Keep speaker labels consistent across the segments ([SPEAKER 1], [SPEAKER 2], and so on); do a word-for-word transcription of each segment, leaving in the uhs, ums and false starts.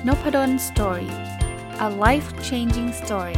[SPEAKER 1] Nopadon Story. A life-changing story.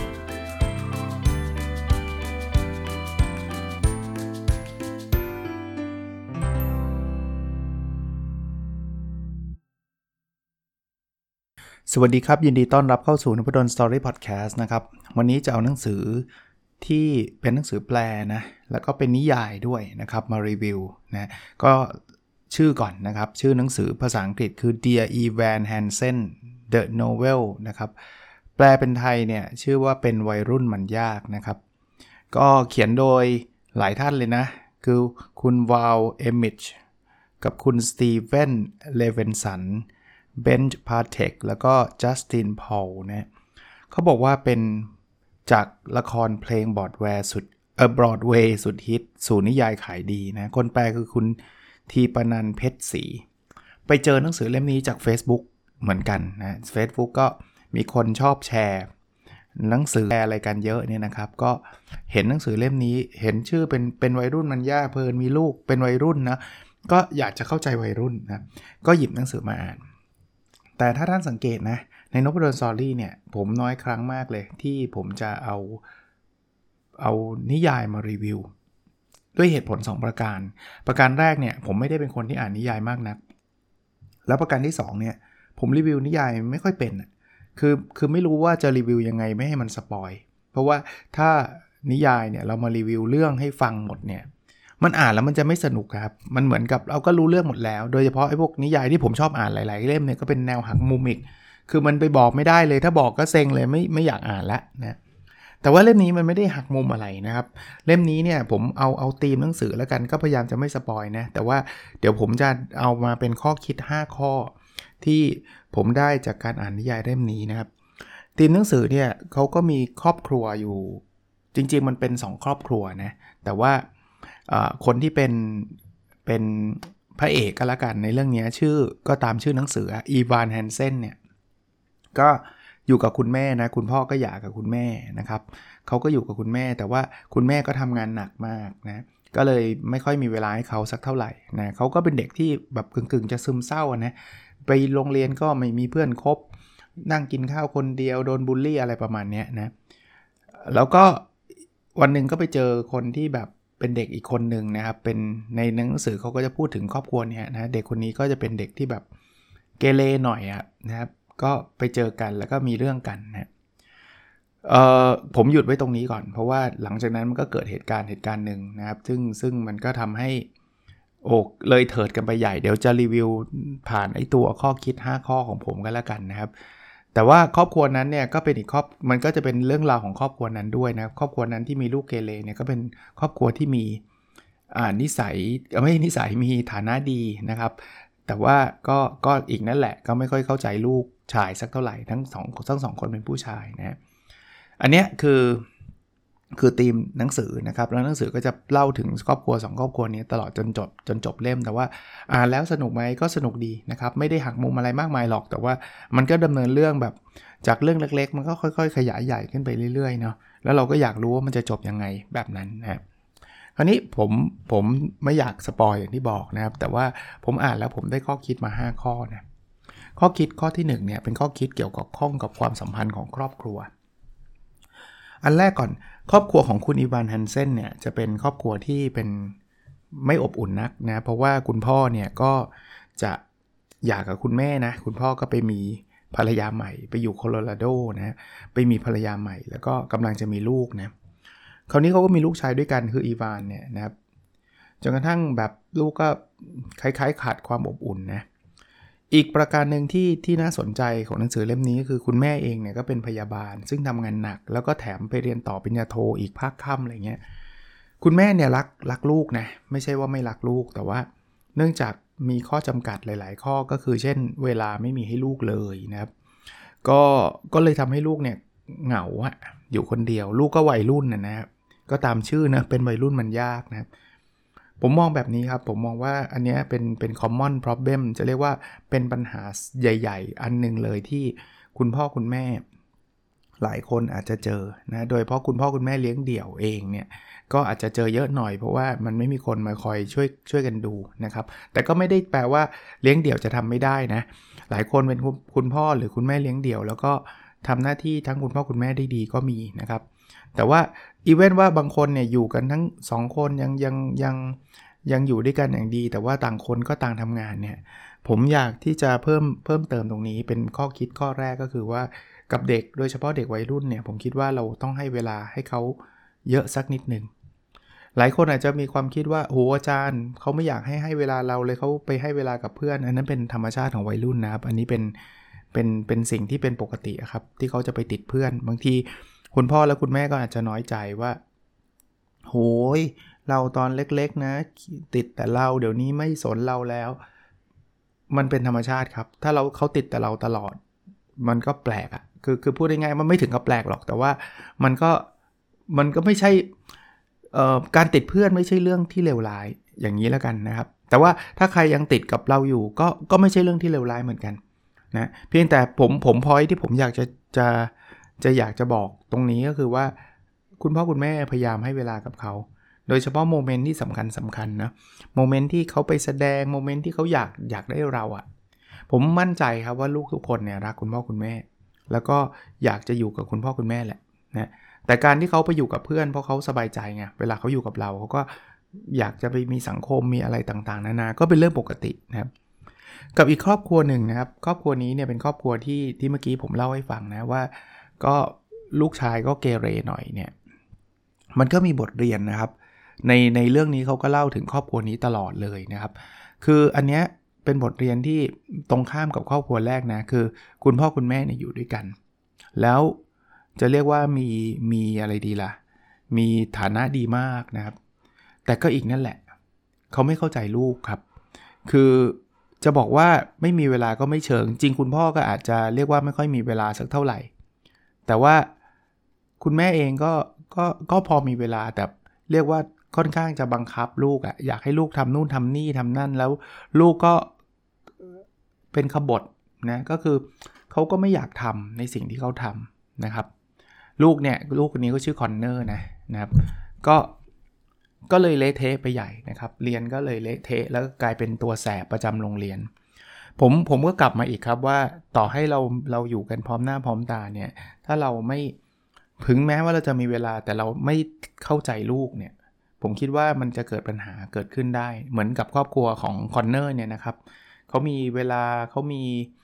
[SPEAKER 2] สวัสดีครับยินดีต้อนรับเข้าสู่นพดล Story Podcast นะครับวันนี้จะเอาหนังสือที่เป็นหนังสือแปลนะแล้วก็เป็นนิยายด้วยนะครับมารีวิวนะก็ชื่อก่อนนะครับชื่อหนังสือภาษาอังกฤษคือ Dear Evan Hansen The Novel นะครับแปลเป็นไทยเนี่ยชื่อว่าเป็นวัยรุ่นมันยากนะครับก็เขียนโดยหลายท่านเลยนะคือคุณวาลเอมิชกับคุณสตีเวนเลเวนสันเบนจ์พาเทคแล้วก็จัสตินพอลนะเขาบอกว่าเป็นจากละครเพลงบรอดแวร์สุดเออบรอดเวย์สุดฮิตสู่นิยายขายดีนะคนแปลคือคุณทีปนันท์เพชรศรีไปเจอหนังสือเล่มนี้จาก Facebook เหมือนกันนะ Facebook ก็มีคนชอบแชร์หนังสืออะไรกันเยอะเนี่ยนะครับก็เห็นหนังสือเล่มนี้เห็นชื่อเป็นเป็นวัยรุ่นมันยากเพลินมีลูกเป็นวัยรุ่นนะก็อยากจะเข้าใจวัยรุ่นนะก็หยิบหนังสือมาอ่านแต่ถ้าท่านสังเกตนะในนพดล Story เนี่ยผมน้อยครั้งมากเลยที่ผมจะเอาเอานิยายมารีวิวด้วยเหตุผลสองประการประการแรกเนี่ยผมไม่ได้เป็นคนที่อ่านนิยายมากนักแล้วประการที่สองเนี่ยผมรีวิวนิยายไม่ค่อยเป็นคือคือไม่รู้ว่าจะรีวิวยังไงไม่ให้มันสปอยเพราะว่าถ้านิยายเนี่ยเรามารีวิวเรื่องให้ฟังหมดเนี่ยมันอ่านแล้วมันจะไม่สนุกครับมันเหมือนกับเราก็รู้เรื่องหมดแล้วโดยเฉพาะไอ้พวกนิยายที่ผมชอบอ่านหลายๆเล่มเนี่ยก็เป็นแนวหักมุมอีกคือมันไปบอกไม่ได้เลยถ้าบอกก็เซ็งเลยไม่ไม่อยากอ่านละนะแต่ว่าเล่มนี้มันไม่ได้หักมุมอะไรนะครับเล่มนี้เนี่ยผมเอาเอาธีมหนังสือแล้วกันก็พยายามจะไม่สปอยนะแต่ว่าเดี๋ยวผมจะเอามาเป็นข้อคิดห้าข้อที่ผมได้จากการอ่านนิยายเล่มนี้นะครับธีมหนังสือเนี่ยเขาก็มีครอบครัวอยู่จริงๆมันเป็นสองครอบครัวนะแต่ว่าคนที่เป็นเป็นพระเอกก็แล้วกันในเรื่องนี้ชื่อก็ตามชื่อหนังสืออีวานแฮนเซนเนี่ยก็อยู่กับคุณแม่นะคุณพ่อก็หย่ากับคุณแม่นะครับเขาก็อยู่กับคุณแม่แต่ว่าคุณแม่ก็ทำงานหนักมากนะก็เลยไม่ค่อยมีเวลาให้เขาสักเท่าไหร่นะเขาก็เป็นเด็กที่แบบกึ่งๆจะซึมเศร้านะไปโรงเรียนก็ไม่มีเพื่อนคบนั่งกินข้าวคนเดียวโดนบูลลี่อะไรประมาณนี้นะแล้วก็วันหนึ่งก็ไปเจอคนที่แบบเป็นเด็กอีกคนหนึ่งนะครับเป็นในหนังสือเขาก็จะพูดถึงครอบครัวเนี่ยนะเด็กคนนี้ก็จะเป็นเด็กที่แบบเกเรหน่อยอะนะครับก็ไปเจอกันแล้วก็มีเรื่องกันนะเอ่อผมหยุดไว้ตรงนี้ก่อนเพราะว่าหลังจากนั้นมันก็เกิดเหตุการณ์เหตุการณ์หนึ่งนะครับซึ่งซึ่งมันก็ทำให้โอ้เลยเถิดกันไปใหญ่เดี๋ยวจะรีวิวผ่านไอ้ตัวข้อคิดห้าข้อของผมกันแล้วกันนะครับแต่ว่าครอบครัวนั้นเนี่ยก็เป็นอีกครอบมันก็จะเป็นเรื่องราวของครอบครัวนั้นด้วยนะครอบครัวนั้นที่มีลูกเกเรเนี่ยก็เป็นครอบครัวที่มีอ่านิสัยไม่นิสัยมีฐานะดีนะครับแต่ว่าก็ก็อีกนั่นแหละก็ไม่ค่อยเข้าใจลูกชายสักเท่าไหร่ทั้งสองทั้งสองคนเป็นผู้ชายนะอันเนี้ยคือคือธีมหนังสือนะครับแล้วหนังสือก็จะเล่าถึงครอบครัวสองครอบครัวนี้ตลอดจนจบจนจบเล่มแต่ว่าอ่านแล้วสนุกไหมก็สนุกดีนะครับไม่ได้หักมุมอะไรมากมายหรอกแต่ว่ามันก็ดำเนินเรื่องแบบจากเรื่องเล็กๆมันก็ค่อยๆขยายใหญ่ขึ้นไปเรื่อยๆเนาะแล้วเราก็อยากรู้ว่ามันจะจบยังไงแบบนั้นนะคราวนี้ผมผมไม่อยากสปอยอย่างที่บอกนะครับแต่ว่าผมอ่านแล้วผมได้ข้อคิดมาห้าข้อนะข้อคิดข้อที่หนึ่งเนี่ยเป็นข้อคิดเกี่ยวกับข้องกับความสัมพันธ์ของครอบครัวอันแรกก่อนครอบครัวของคุณอีวานฮันเซนเนี่ยจะเป็นครอบครัวที่เป็นไม่อบอุ่นนักนะเพราะว่าคุณพ่อเนี่ยก็จะหย่ากับคุณแม่นะคุณพ่อก็ไปมีภรรยาใหม่ไปอยู่โคโลราโดนะไปมีภรรยาใหม่แล้วก็กำลังจะมีลูกนะคราวนี้เขาก็มีลูกชายด้วยกันคืออีวานเนี่ยนะครับจนกระทั่งแบบลูกก็คล้ายๆขาดความอบอุ่นนะอีกประการหนึ่งที่ที่น่าสนใจของหนังสือเล่มนี้คือคุณแม่เองเนี่ยก็เป็นพยาบาลซึ่งทำงานหนักแล้วก็แถมไปเรียนต่อปริญญาโทอีกภาคค่ำอะไรเงี้ยคุณแม่เนี่ยรักรักลูกนะไม่ใช่ว่าไม่รักลูกแต่ว่าเนื่องจากมีข้อจำกัดหลายๆข้อก็คือเช่นเวลาไม่มีให้ลูกเลยนะครับก็ก็เลยทำให้ลูกเนี่ยเหงาอะอยู่คนเดียวลูกก็วัยรุ่นนะนะครับก็ตามชื่อนะเป็นวัยรุ่นมันยากนะครับผมมองแบบนี้ครับผมมองว่าอันนี้เป็นเป็น common problem จะเรียกว่าเป็นปัญหาใหญ่ๆอันนึงเลยที่คุณพ่อคุณแม่หลายคนอาจจะเจอนะโดยเพราะคุณพ่อคุณแม่เลี้ยงเดี่ยวเองเนี่ยก็อาจจะเจอเยอะหน่อยเพราะว่ามันไม่มีคนมาคอยช่วยช่วยกันดูนะครับแต่ก็ไม่ได้แปลว่าเลี้ยงเดี่ยวจะทำไม่ได้นะหลายคนเป็นคุณพ่อหรือคุณแม่เลี้ยงเดี่ยวแล้วก็ทำหน้าที่ทั้งคุณพ่อคุณแม่ได้ดีก็มีนะครับแต่ว่าอีเวนต์ว่าบางคนเนี่ยอยู่กันทั้งสองคนยังยังยังยังอยู่ด้วยกันอย่างดีแต่ว่าต่างคนก็ต่างทำงานเนี่ยผมอยากที่จะเพิ่มเพิ่มเติมตรงนี้เป็นข้อคิดข้อแรกก็คือว่ากับเด็กโดยเฉพาะเด็กวัยรุ่นเนี่ยผมคิดว่าเราต้องให้เวลาให้เขาเยอะสักนิดนึงหลายคนอาจจะมีความคิดว่าโอ้อาจารย์เขาไม่อยากให้ให้เวลาเราเลยเขาไปให้เวลากับเพื่อนอันนั้นเป็นธรรมชาติของวัยรุ่นนะครับอันนี้เป็นเป็นเป็นสิ่งที่เป็นปกติครับที่เขาจะไปติดเพื่อนบางทีคุณพ่อและคุณแม่ก็อาจจะน้อยใจว่าโหยเราตอนเล็กๆนะติดแต่เราเดี๋ยวนี้ไม่สนเราแล้วมันเป็นธรรมชาติครับถ้าเราเขาติดแต่เราตลอดมันก็แปลกอ่ะคือคือพูดง่ายๆมันไม่ถึงกับแปลกหรอกแต่ว่ามันก็มันก็ไม่ใช่เอ่อการติดเพื่อนไม่ใช่เรื่องที่เลวร้ายอย่างนี้แล้วกันนะครับแต่ว่าถ้าใครยังติดกับเราอยู่ก็ก็ไม่ใช่เรื่องที่เลวร้ายเหมือนกันนะเพียงแต่ผมผมพอยที่ผมอยากจะจะจะอยากจะบอกตรงนี้ก็คือว่าคุณพ่อคุณแม่พยายามให้เวลากับเขาโดยเฉพาะโมเมนต์ที่สำคัญสำคัญนะโมเมนต์ที่เขาไปแสดงโมเมนต์ที่เขาอยากอยากได้เราอะผมมั่นใจครับว่าลูกทุกคนเนี่ยรักคุณพ่อคุณแม่แล้วก็อยากจะอยู่กับคุณพ่อคุณแม่แหละนะแต่การที่เขาไปอยู่กับเพื่อนเพราะเขาสบายใจไงเวลาเขาอยู่กับเราเขาก็อยากจะไปมีสังคมมีอะไรต่างๆนานาก็เป็นเรื่องปกตินะครับกับอีกครอบครัวหนึ่งนะครับครอบครัวนี้เนี่ยเป็นครอบครัวที่ที่เมื่อกี้ผมเล่าให้ฟังนะว่าก็ลูกชายก็เกเรหน่อยเนี่ยมันก็มีบทเรียนนะครับในในเรื่องนี้เขาก็เล่าถึงครอบครัวนี้ตลอดเลยนะครับคืออันเนี้ยเป็นบทเรียนที่ตรงข้ามกับครอบครัวแรกนะคือคุณพ่อคุณแม่เนี่ยอยู่ด้วยกันแล้วจะเรียกว่ามีมีอะไรดีล่ะมีฐานะดีมากนะครับแต่ก็อีกนั่นแหละเขาไม่เข้าใจลูกครับคือจะบอกว่าไม่มีเวลาก็ไม่เชิงจริงคุณพ่อก็อาจจะเรียกว่าไม่ค่อยมีเวลาสักเท่าไหร่แต่ว่าคุณแม่เองก็ก็ก็พอมีเวลาแต่เรียกว่าค่อนข้างจะบังคับลูกอ่ะอยากให้ลูกทำนู่นทำนี่ทำนั่นแล้วลูกก็เป็นขบฏนะก็คือเขาก็ไม่อยากทำในสิ่งที่เขาทำนะครับลูกเนี่ยลูกคนนี้ก็ชื่อคอนเนอร์นะนะครับก็ก็เลยเละเทะไปใหญ่นะครับเรียนก็เลยเละเทะแล้วกลายเป็นตัวแสบประจำโรงเรียนผมผมก็กลับมาอีกครับว่าต่อให้เราเราอยู่กันพร้อมหน้าพร้อมตาเนี่ยถ้าเราไม่ถึงแม้ว่าเราจะมีเวลาแต่เราไม่เข้าใจลูกเนี่ยผมคิดว่ามันจะเกิดปัญหาเกิดขึ้นได้เหมือนกับครอบครัวของคอนเนอร์เนี่ยนะครับเขามีเวลาเขามี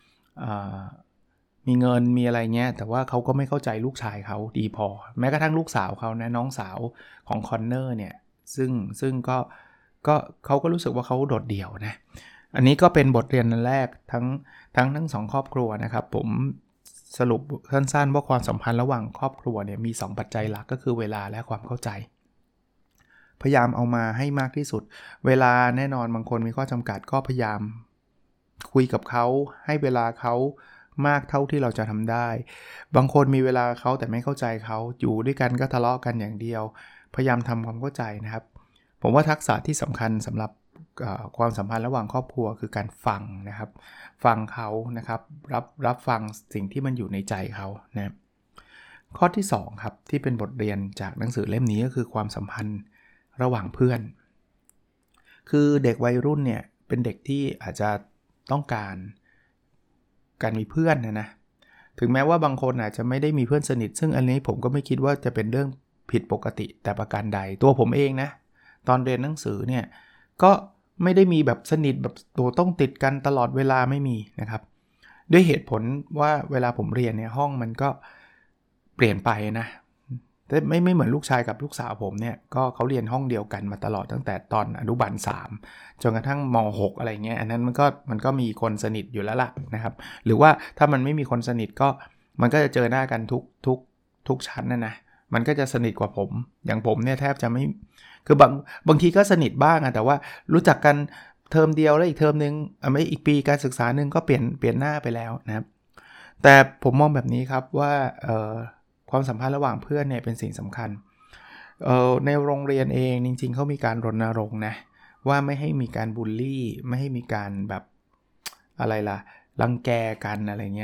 [SPEAKER 2] มีเงินมีอะไรเงี้ยแต่ว่าเขาก็ไม่เข้าใจลูกชายเขาดีพอแม้กระทั่งลูกสาวเขานะน้องสาวของคอนเนอร์เนี่ยซึ่งซึ่งก็ก็เขาก็รู้สึกว่าเขาโดดเดี่ยวนะอันนี้ก็เป็นบทเรียนแรกทั้งทั้งทั้งสองครอบครัวนะครับผมสรุปสั้นๆว่าความสัมพันธ์ระหว่างครอบครัวเนี่ยมีสองปัจจัยหลักก็คือเวลาและความเข้าใจพยายามเอามาให้มากที่สุดเวลาแน่นอนบางคนมีข้อจำกัดก็พยายามคุยกับเขาให้เวลาเขามากเท่าที่เราจะทำได้บางคนมีเวลาเขาแต่ไม่เข้าใจเขาอยู่ด้วยกันก็ทะเลาะกันอย่างเดียวพยายามทำความเข้าใจนะครับผมว่าทักษะที่สำคัญสำหรับความสัมพันธ์ระหว่างครอบครัวคือการฟังนะครับฟังเขานะครับรับรับฟังสิ่งที่มันอยู่ในใจเขานะข้อที่สองครับที่เป็นบทเรียนจากหนังสือเล่มนี้ก็คือความสัมพันธ์ระหว่างเพื่อนคือเด็กวัยรุ่นเนี่ยเป็นเด็กที่อาจจะต้องการการมีเพื่อนนะนะถึงแม้ว่าบางคนอาจจะไม่ได้มีเพื่อนสนิทซึ่งอันนี้ผมก็ไม่คิดว่าจะเป็นเรื่องผิดปกติแต่ประการใดตัวผมเองนะตอนเรียนหนังสือเนี่ยก็ไม่ได้มีแบบสนิทแบบตัวต้องติดกันตลอดเวลาไม่มีนะครับด้วยเหตุผลว่าเวลาผมเรียนเนี่ยห้องมันก็เปลี่ยนไปนะแต่ไม่ไม่เหมือนลูกชายกับลูกสาวผมเนี่ยก็เขาเรียนห้องเดียวกันมาตลอดตั้งแต่ตอนอนุบาลสามจนกระทั่งมหกอะไรเงี้ยอันนั้นมันก็มันก็มีคนสนิทอยู่แล้วล่ะนะครับหรือว่าถ้ามันไม่มีคนสนิทก็มันก็จะเจอหน้ากันทุกทุกทุกชั้นนะนะมันก็จะสนิทกว่าผมอย่างผมเนี่ยแทบจะไม่คือบางบางทีก็สนิทบ้างอะแต่ว่ารู้จักกันเทอมเดียวแล้วอีกเทอมนึงอ่ะไม่อีกปีการศึกษานึงก็เปลี่ยนเปลี่ยนหน้าไปแล้วนะครับแต่ผมมองแบบนี้ครับว่าเอ่อความสัมพันธ์ระหว่างเพื่อนเนี่ยเป็นสิ่งสำคัญเอ่อในโรงเรียนเองจริงๆเขามีการรณรงค์นะว่าไม่ให้มีการบูลลี่ไม่ให้มีการแบบอะไรล่ะรังแกกันอะไรเงี้ย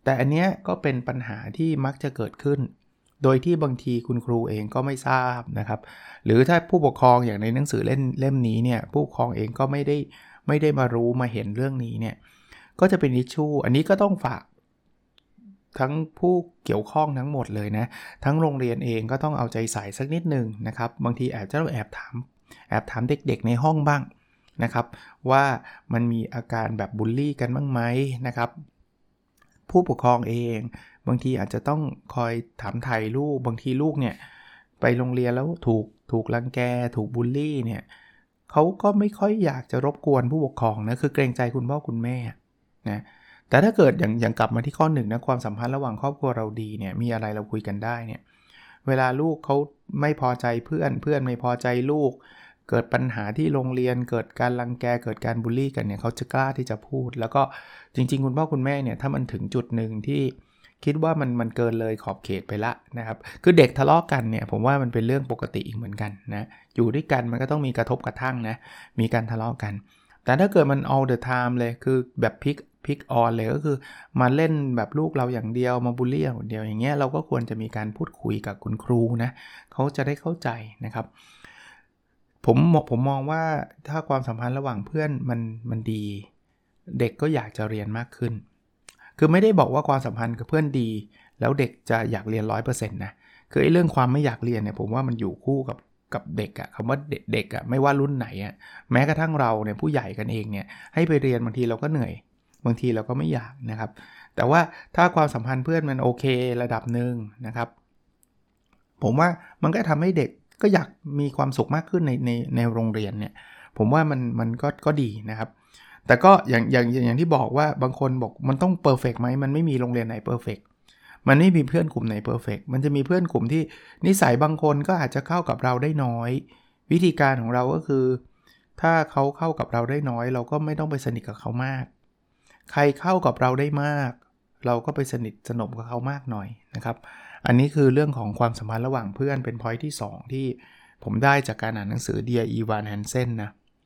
[SPEAKER 2] แต่อันเนี้ยก็เป็นปัญหาที่มักจะเกิดขึ้นโดยที่บางทีคุณครูเองก็ไม่ทราบนะครับหรือถ้าผู้ปกครองอย่างในหนังสือเล่มเล่มนี้เนี่ยผู้ปกครองเองก็ไม่ได้ไม่ได้มารู้มาเห็นเรื่องนี้เนี่ยก็จะเป็นอิชชูอันนี้ก็ต้องฝากทั้งผู้เกี่ยวข้องทั้งหมดเลยนะทั้งโรงเรียนเองก็ต้องเอาใจใส่สักนิดนึงนะครับบางทีอาจจะต้องแอบถามแอบถามเด็กๆในห้องบ้างนะครับว่ามันมีอาการแบบบูลลี่กันบ้างไหมนะครับผู้ปกครองเองบางทีอาจจะต้องคอยถามไถ่ลูกบางทีลูกเนี่ยไปโรงเรียนแล้วถูกถูกรังแกถูกบูลลี่เนี่ยเขาก็ไม่ค่อยอยากจะรบกวนผู้ปกครองนะคือเกรงใจคุณพ่อคุณแม่นะแต่ถ้าเกิดอย่างอย่างกลับมาที่ข้อหนึ่งนะความสัมพันธ์ระหว่างครอบครัวเราดีเนี่ยมีอะไรเราคุยกันได้เนี่ยเวลาลูกเขาไม่พอใจเพื่อนเพื่อนไม่พอใจลูกเกิดปัญหาที่โรงเรียนเกิดการรังแกเกิดการบูลลี่กันเนี่ยเขาจะกล้าที่จะพูดแล้วก็จริงๆคุณพ่อคุณแม่เนี่ยถ้ามันถึงจุดหนึ่งที่คิดว่ามันมันเกินเลยขอบเขตไปละนะครับคือเด็กทะเลาะกันเนี่ยผมว่ามันเป็นเรื่องปกติอีกเหมือนกันนะอยู่ด้วยกันมันก็ต้องมีกระทบกระทั่งนะมีการทะเลาะกันแต่ถ้าเกิดมัน all the time เลยคือแบบพิกพิกออนเลยก็คือมาเล่นแบบลูกเราอย่างเดียวมาบูลลี่อย่างเดียวอย่างเงี้ยเราก็ควรจะมีการพูดคุยกับคุณครูนะเขาจะได้เข้าใจนะครับผมผมมองว่าถ้าความสัมพันธ์ระหว่างเพื่อนมันมันดีเด็กก็อยากจะเรียนมากขึ้นคือไม่ได้บอกว่าความสัมพันธ์กับเพื่อนดีแล้วเด็กจะอยากเรียน ร้อยเปอร์เซ็นต์ นะคือไอ้เรื่องความไม่อยากเรียนเนี่ยผมว่ามันอยู่คู่กับกับเด็กอะคำว่าเด็กๆอะไม่ว่ารุ่นไหนอะแม้กระทั่งเราเนี่ยผู้ใหญ่กันเองเนี่ยให้ไปเรียนบางทีเราก็เหนื่อยบางทีเราก็ไม่อยากนะครับแต่ว่าถ้าความสัมพันธ์เพื่อนมันโอเคระดับหนึ่งนะครับผมว่ามันก็ทำให้เด็กก็อยากมีความสุขมากขึ้นในในในโรงเรียนเนี่ยผมว่ามันมันก็ก็ดีนะครับแต่ก็อย่างอย่างอย่างที่บอกว่าบางคนบอกมันต้องเพอร์เฟกต์ไหมมันไม่มีโรงเรียนไหนเพอร์เฟกต์มันไม่มีเพื่อนกลุ่มไหนเพอร์เฟกต์มันจะมีเพื่อนกลุ่มที่นิสัยบางคนก็อาจจะเข้ากับเราได้น้อยวิธีการของเราก็คือถ้าเขาเข้ากับเราได้น้อยเราก็ไม่ต้องไปสนิทกับเขามากใครเข้ากับเราได้มากเราก็ไปสนิทสนมกับเขามากหน่อยนะครับอันนี้คือเรื่องของความสัมพันธ์ระหว่างเพื่อนเป็น point ที่สองที่ผมได้จากการอ่านหนังสือ Dear Evan Hansen นะ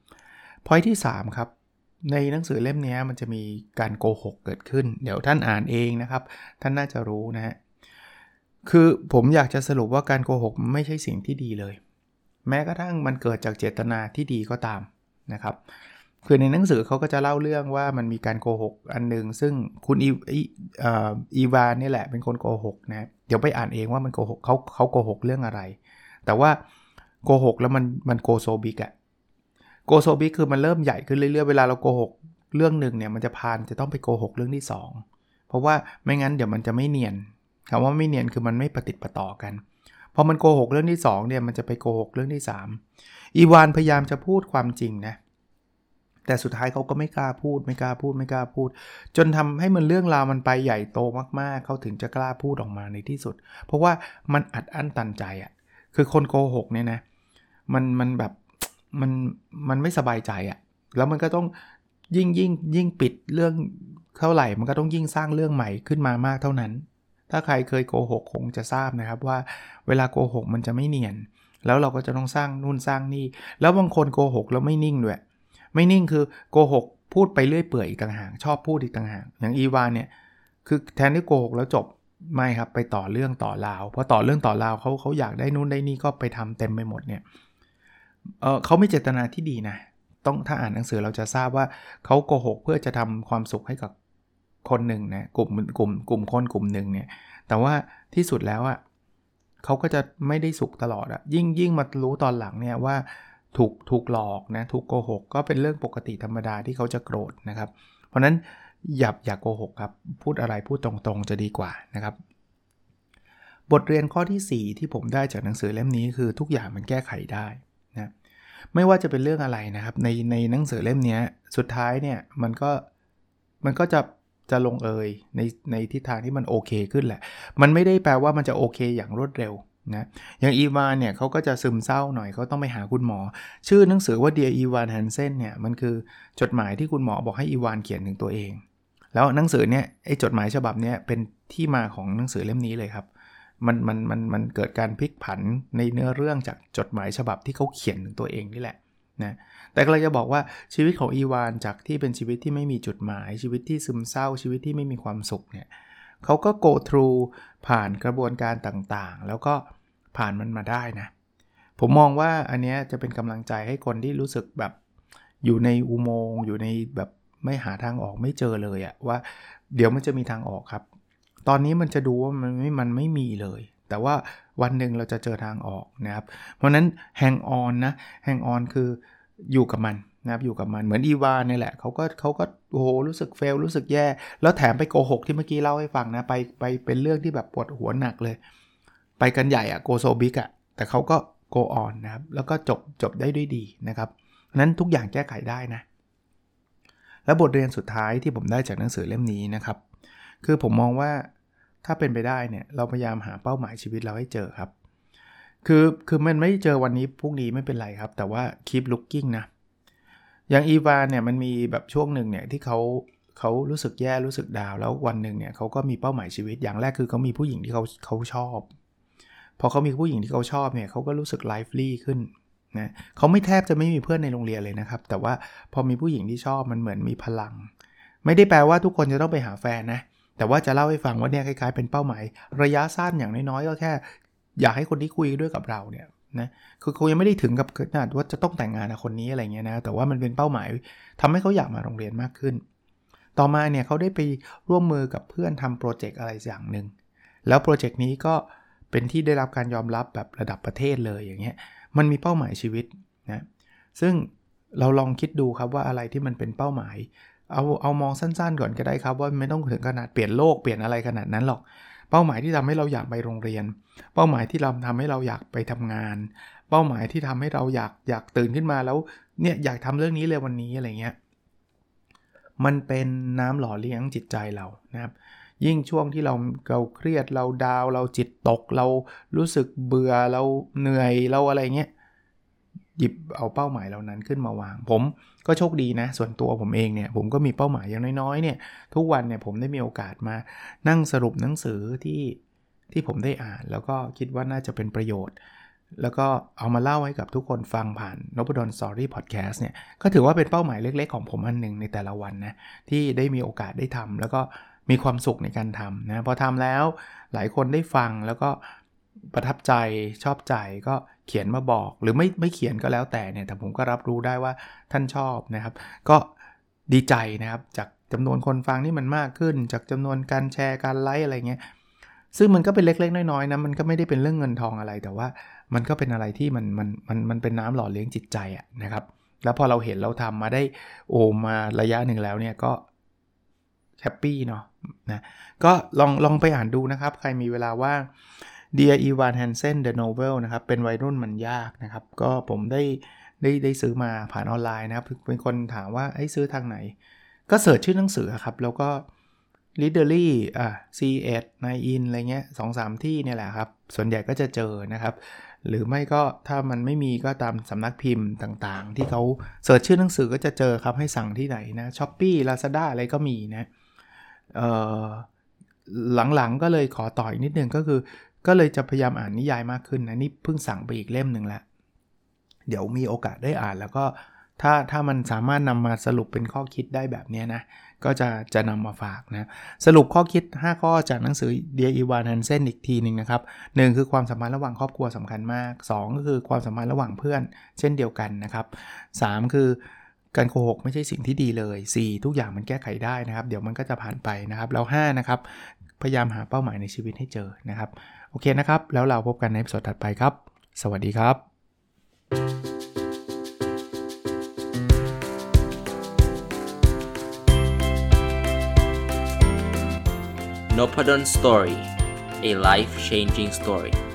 [SPEAKER 2] point ที่สามครับในหนังสือเล่มนี้มันจะมีการโกหกเกิดขึ้นเดี๋ยวท่านอ่านเองนะครับท่านน่าจะรู้นะฮะคือผมอยากจะสรุปว่าการโกหกไม่ใช่สิ่งที่ดีเลยแม้กระทั่งมันเกิดจากเจตนาที่ดีก็ตามนะครับคือในหนังสือเขาก็จะเล่าเรื่องว่ามันมีการโกหกอันนึงซึ่งคุณอีอีวานนี่แหละเป็นคนโกหกนะเดี๋ยวไปอ่านเองว่ามันโกหกเขาเขาโกหกเรื่องอะไรแต่ว่าโกหกแล้วมันมันโกโซบิกอะโกโซบิกคือมันเริ่มใหญ่ขึ้นเรื่อยๆเวลาเราโกหกเรื่องนึงเนี่ยมันจะพานจะต้องไปโกหกเรื่องที่สองเพราะว่าไม่งั้นเดี๋ยวมันจะไม่เนียนคำว่าไม่เนียนคือมันไม่ประติดประต่อกันพอมันโกหกเรื่องที่สองเนี่ยมันจะไปโกหกเรื่องที่สามอีวานพยายามจะพูดความจริงนะแต่สุดท้ายเขาก็ไม่กล้าพูดไม่กล้าพูดไม่กล้าพูดจนทำให้มันเรื่องราวมันไปใหญ่โตมากๆเขาถึงจะกล้าพูดออกมาในที่สุดเพราะว่ามันอัดอั้นตันใจอ่ะคือคนโกหกเนี่ยนะมันมันแบบมันมันไม่สบายใจอ่ะแล้วมันก็ต้องยิ่งยิ่งยิ่งปิดเรื่องเท่าไหร่มันก็ต้องยิ่งสร้างเรื่องใหม่ขึ้นมามากเท่านั้นถ้าใครเคยโกหกคงจะทราบนะครับว่าเวลาโกหกมันจะไม่เนียนแล้วเราก็จะต้องสร้างนู่นสร้างนี่แล้วบางคนโกหกแล้วไม่นิ่งด้วยไม่นิ่งคือโกหกพูดไปเรื่อยเปื่อยอีกต่างหากชอบพูดอีกต่างหากอย่างอีวานเนี่ยคือแทนที่โกหกแล้วจบไม่ครับไปต่อเรื่องต่อราวเพราะต่อเรื่องต่อราวเขาเขาอยากได้นู่นได้นี่ก็ไปทำเต็มไปหมดเนี่ยเออเขาไม่เจตนาที่ดีนะต้องถ้าอ่านหนังสือเราจะทราบว่าเขาโกหกเพื่อจะทำความสุขให้กับคนหนึ่งนะกลุ่มกลุ่มกลุ่มคนกลุ่มหนึ่งเนี่ยแต่ว่าที่สุดแล้วอ่ะเขาก็จะไม่ได้สุขตลอดอ่ะยิ่งยิ่งมารู้ตอนหลังเนี่ยว่าถูกถูกหลอกนะถูกโกหกก็เป็นเรื่องปกติธรรมดาที่เขาจะโกรธนะครับเพราะนั้นอย่าอย่าโกหกครับพูดอะไรพูดตรงๆจะดีกว่านะครับบทเรียนข้อที่สี่ที่ผมได้จากหนังสือเล่มนี้คือทุกอย่างมันแก้ไขได้นะไม่ว่าจะเป็นเรื่องอะไรนะครับในในหนังสือเล่มนี้สุดท้ายเนี่ยมันก็มันก็จะจะลงเอยในในทิศทางที่มันโอเคขึ้นแหละมันไม่ได้แปลว่ามันจะโอเคอย่างรวดเร็วนะอย่างอีวานเนี่ยเขาก็จะซึมเศร้าหน่อยเขาต้องไปหาคุณหมอชื่อหนังสือว่า Dear Evan Hansen เนี่ยมันคือจดหมายที่คุณหมอบอกให้อีวานเขียนถึงตัวเองแล้วหนังสือเนี่ยไอ้จดหมายฉบับเนี้ยเป็นที่มาของหนังสือเล่มนี้เลยครับมันมันมันมันเกิดการพลิกผันในเนื้อเรื่องจากจดหมายฉบับที่เขาเขียนถึงตัวเองนี่แหละนะแต่ก็เลยจะบอกว่าชีวิตของอีวานจากที่เป็นชีวิตที่ไม่มีจุดหมายชีวิตที่ซึมเศร้าชีวิตที่ไม่มีความสุขเนี่ยเขาก็ go through ผ่านกระบวนการต่างๆแล้วก็ผ่านมันมาได้นะผมมองว่าอันนี้จะเป็นกำลังใจให้คนที่รู้สึกแบบอยู่ในอุโมงค์อยู่ในแบบไม่หาทางออกไม่เจอเลยอะว่าเดี๋ยวมันจะมีทางออกครับตอนนี้มันจะดูว่ามันไม่มันไม่มีเลยแต่ว่าวันหนึ่งเราจะเจอทางออกนะครับเพราะนั้น hang on นะ hang on คืออยู่กับมันนะครับอยู่กับมันเหมือนอีวาเนี่ยแหละเขาก็เขาก็โอ้โหรู้สึกเฟลรู้สึกแย่แล้วแถมไปโกหกที่เมื่อกี้เล่าให้ฟังนะไปไปเป็นเรื่องที่แบบปวดหัวหนักเลยไปกันใหญ่อะโกโซบิกอะแต่เขาก็ go on นะครับแล้วก็จบจบได้ด้วยดีนะครับนั้นทุกอย่างแก้ไขได้นะและบทเรียนสุดท้ายที่ผมได้จากหนังสือเล่มนี้นะครับคือผมมองว่าถ้าเป็นไปได้เนี่ยเราพยายามหาเป้าหมายชีวิตเราให้เจอครับคือคือมันไม่เจอวันนี้พรุ่งนี้ไม่เป็นไรครับแต่ว่า keep looking นะอย่างอีวานเนี่ยมันมีแบบช่วงหนึ่งเนี่ยที่เขาเขารู้สึกแย่รู้สึกดาวแล้ววันหนึ่งเนี่ยเขาก็มีเป้าหมายชีวิตอย่างแรกคือเขามีผู้หญิงที่เขาเขาชอบพอเขามีผู้หญิงที่เขาชอบเนี่ยเขาก็รู้สึก lively ขึ้นนะเขาไม่แทบจะไม่มีเพื่อนในโรงเรียนเลยนะครับแต่ว่าพอมีผู้หญิงที่ชอบมันเหมือนมีพลังไม่ได้แปลว่าทุกคนจะต้องไปหาแฟนนะแต่ว่าจะเล่าให้ฟังว่าเนี่ยคล้ายๆเป็นเป้าหมายระยะสั้นอย่างน้อยๆก็แค่อยากให้คนที่คุยด้วยกับเราเนี่ยนะคือเขายังไม่ได้ถึงกับขนาดว่าจะต้องแต่งงานกับคนนี้อะไรเงี้ยนะแต่ว่ามันเป็นเป้าหมายทำให้เขาอยากมาโรงเรียนมากขึ้นต่อมาเนี่ยเขาได้ไปร่วมมือกับเพื่อนทำโปรเจกต์อะไรอย่างนึงแล้วโปรเจกต์นี้ก็เป็นที่ได้รับการยอมรับแบบระดับประเทศเลยอย่างเงี้ยมันมีเป้าหมายชีวิตนะซึ่งเราลองคิดดูครับว่าอะไรที่มันเป็นเป้าหมายเอาเอามองสั้นๆก่อนก็ได้ครับว่าไม่ต้องถึงขนาดเปลี่ยนโลกเปลี่ยนอะไรขนาดนั้นหรอกเป้าหมายที่ทำให้เราอยากไปโรงเรียนเป้าหมายที่เราทำให้เราอยากไปทำงานเป้าหมายที่ทำให้เราอยากอยากตื่นขึ้นมาแล้วเนี่ยอยากทำเรื่องนี้เลยวันนี้อะไรเงี้ยมันเป็นน้ำหล่อเลี้ยงจิตใจเรานะครับยิ่งช่วงที่เราเราเครียดเราดาวเราจิตตกเรารู้สึกเบื่อเราเหนื่อยเราอะไรเงี้ยหยิบเอาเป้าหมายเหล่านั้นขึ้นมาวางผมก็โชคดีนะส่วนตัวผมเองเนี่ยผมก็มีเป้าหมายอย่างน้อยๆเนี่ยทุกวันเนี่ยผมได้มีโอกาสมานั่งสรุปหนังสือที่ที่ผมได้อ่านแล้วก็คิดว่าน่าจะเป็นประโยชน์แล้วก็เอามาเล่าให้กับทุกคนฟังผ่านนพดล Story Podcast เนี่ยก็ถือว่าเป็นเป้าหมายเล็กๆของผมอันนึงในแต่ละวันนะที่ได้มีโอกาสได้ทำแล้วก็มีความสุขในการทำนะพอทำแล้วหลายคนได้ฟังแล้วก็ประทับใจชอบใจก็เขียนมาบอกหรือไม่ไม่เขียนก็แล้วแต่เนี่ยแต่ผมก็รับรู้ได้ว่าท่านชอบนะครับก็ดีใจนะครับจากจำนวนคนฟังที่มันมากขึ้นจากจำนวนการแชร์การไลค์อะไรเงี้ยซึ่งมันก็เป็นเล็กๆน้อยๆนะมันก็ไม่ได้เป็นเรื่องเงินทองอะไรแต่ว่ามันก็เป็นอะไรที่มันมันมันมันเป็นน้ำหล่อเลี้ยงจิตใจอะนะครับแล้วพอเราเห็นเราทำมาได้โอ้มาระยะหนึ่งแล้วเนี่ยก็แฮปปี้เนาะนะก็ลองลองไปอ่านดูนะครับใครมีเวลาว่าง Dear Evan Hansen The Novel นะครับเป็นวัยรุ่นมันยากนะครับก็ผมได้ได้ได้ซื้อมาผ่านออนไลน์นะครับเป็นคนถามว่าไอ้ซื้อทางไหนก็เสิร์ชชื่อหนังสือครับแล้วก็ Readerly อ่ะ ซี เอ็ด ไนน์ อิน อะไรเงี้ย สองสาม ที่เนี่ยแหละครับส่วนใหญ่ก็จะเจอนะครับหรือไม่ก็ถ้ามันไม่มีก็ตามสำนักพิมพ์ต่างๆที่เขาเสิร์ชชื่อหนังสือก็จะเจอครับให้สั่งที่ไหนนะ Shopee Lazada อะไรก็มีนะเอ่อหลังๆก็เลยขอต่ออีกนิดนึงก็คือก็เลยจะพยายามอ่านนิยายมากขึ้นนะนี่เพิ่งสั่งไปอีกเล่มนึงแล้วเดี๋ยวมีโอกาสได้อ่านแล้วก็ถ้าถ้ามันสามารถนำมาสรุปเป็นข้อคิดได้แบบนี้นะก็จะจะนำมาฝากนะสรุปข้อคิดห้าข้อจากหนังสือ Dear Evan Hansen อีกทีนึงนะครับหนึ่งคือความสัมพันธ์ระหว่างครอบครัวสำคัญมากสองก็คือความสัมพันธ์ระหว่างเพื่อนเช่นเดียวกันนะครับสามคือการโกหกไม่ใช่สิ่งที่ดีเลยสี่ทุกอย่างมันแก้ไขได้นะครับเดี๋ยวมันก็จะผ่านไปนะครับแล้วห้านะครับพยายามหาเป้าหมายในชีวิตให้เจอนะครับโอเคนะครับแล้วเราพบกันในตอนถัดไปครับสวัสดีครับ
[SPEAKER 3] Nopadon Story, a life-changing story.